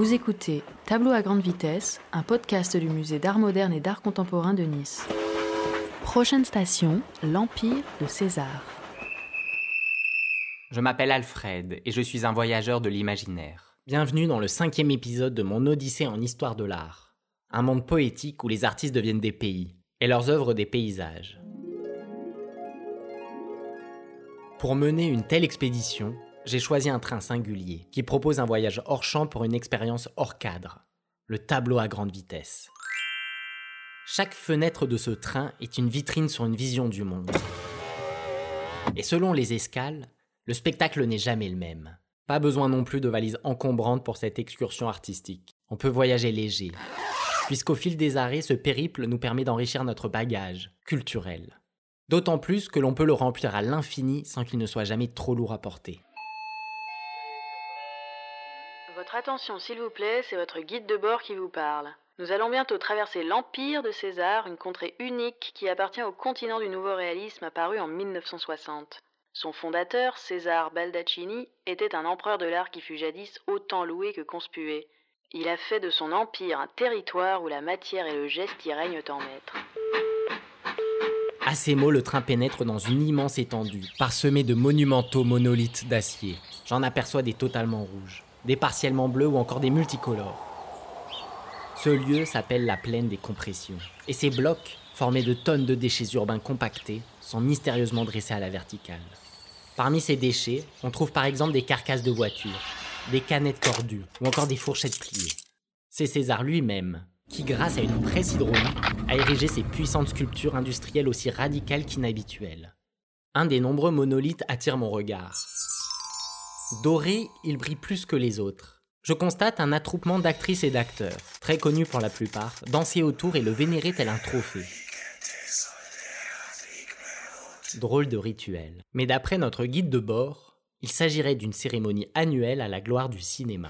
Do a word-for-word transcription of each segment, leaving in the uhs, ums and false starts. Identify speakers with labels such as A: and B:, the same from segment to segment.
A: Vous écoutez Tableau à grande vitesse, un podcast du musée d'art moderne et d'art contemporain de Nice. Prochaine station, l'Empire de César.
B: Je m'appelle Alfred et je suis un voyageur de l'imaginaire.
C: Bienvenue dans le cinquième épisode de mon Odyssée en histoire de l'art. Un monde poétique où les artistes deviennent des pays, et leurs œuvres des paysages. Pour mener une telle expédition, j'ai choisi un train singulier qui propose un voyage hors champ pour une expérience hors cadre, le tableau à grande vitesse. Chaque fenêtre de ce train est une vitrine sur une vision du monde. Et selon les escales, le spectacle n'est jamais le même. Pas besoin non plus de valises encombrantes pour cette excursion artistique. On peut voyager léger, puisqu'au fil des arrêts, ce périple nous permet d'enrichir notre bagage culturel. D'autant plus que l'on peut le remplir à l'infini sans qu'il ne soit jamais trop lourd à porter.
A: Votre attention s'il vous plaît, c'est votre guide de bord qui vous parle. Nous allons bientôt traverser l'Empire de César, une contrée unique qui appartient au continent du nouveau réalisme apparu en mille neuf cent soixante. Son fondateur, César Baldaccini, était un empereur de l'art qui fut jadis autant loué que conspué. Il a fait de son empire un territoire où la matière et le geste y règnent en maître.
C: À ces mots, le train pénètre dans une immense étendue, parsemée de monumentaux monolithes d'acier. J'en aperçois des totalement rouges, des partiellement bleus ou encore des multicolores. Ce lieu s'appelle la plaine des compressions. Et ces blocs, formés de tonnes de déchets urbains compactés, sont mystérieusement dressés à la verticale. Parmi ces déchets, on trouve par exemple des carcasses de voitures, des canettes tordues ou encore des fourchettes pliées. C'est César lui-même qui, grâce à une presse hydraulique, a érigé ces puissantes sculptures industrielles aussi radicales qu'inhabituelles. Un des nombreux monolithes attire mon regard. Doré, il brille plus que les autres. Je constate un attroupement d'actrices et d'acteurs, très connus pour la plupart, danser autour et le vénérer tel un trophée. Drôle de rituel. Mais d'après notre guide de bord, il s'agirait d'une cérémonie annuelle à la gloire du cinéma.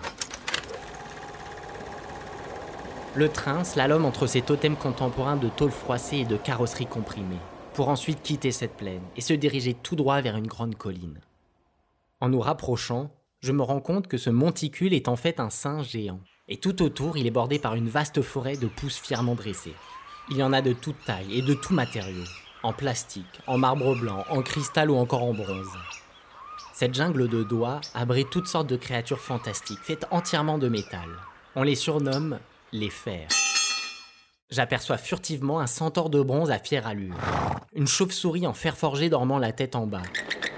C: Le train slalome entre ces totems contemporains de tôle froissée et de carrosserie comprimée, pour ensuite quitter cette plaine et se diriger tout droit vers une grande colline. En nous rapprochant, je me rends compte que ce monticule est en fait un sein géant. Et tout autour, il est bordé par une vaste forêt de pousses fièrement dressées. Il y en a de toute taille et de tout matériau. En plastique, en marbre blanc, en cristal ou encore en bronze. Cette jungle de doigts abrite toutes sortes de créatures fantastiques, faites entièrement de métal. On les surnomme les fers. J'aperçois furtivement un centaure de bronze à fière allure, une chauve-souris en fer forgé dormant la tête en bas,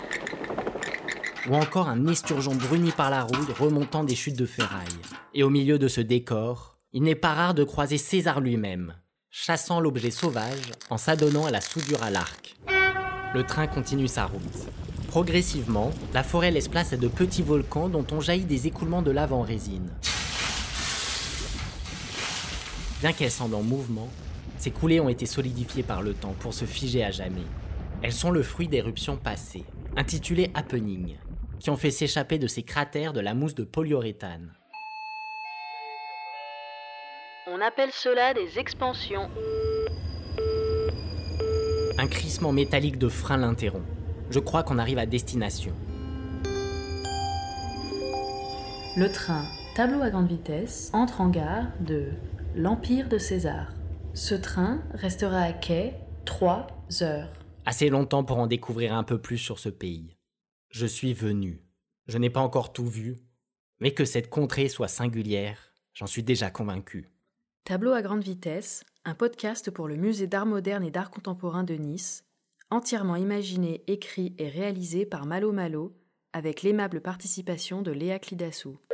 C: ou encore un esturgeon bruni par la rouille remontant des chutes de ferraille. Et au milieu de ce décor, il n'est pas rare de croiser César lui-même, chassant l'objet sauvage en s'adonnant à la soudure à l'arc. Le train continue sa route. Progressivement, la forêt laisse place à de petits volcans dont ont jailli des écoulements de lave en résine. Bien qu'elles semblent en mouvement, ces coulées ont été solidifiées par le temps pour se figer à jamais. Elles sont le fruit d'éruptions passées, intitulées happenings, qui ont fait s'échapper de ces cratères de la mousse de polyuréthane.
A: On appelle cela des expansions.
C: Un crissement métallique de frein l'interrompt. Je crois qu'on arrive à destination.
A: Le train Tableau à grande vitesse entre en gare de l'Empire de César. Ce train restera à quai trois heures.
C: Assez longtemps pour en découvrir un peu plus sur ce pays. Je suis venu. Je n'ai pas encore tout vu, mais que cette contrée soit singulière, j'en suis déjà convaincu.
A: Tableau à grande vitesse, un podcast pour le musée d'art moderne et d'art contemporain de Nice, entièrement imaginé, écrit et réalisé par Malo Malo, avec l'aimable participation de Léa Clidassou.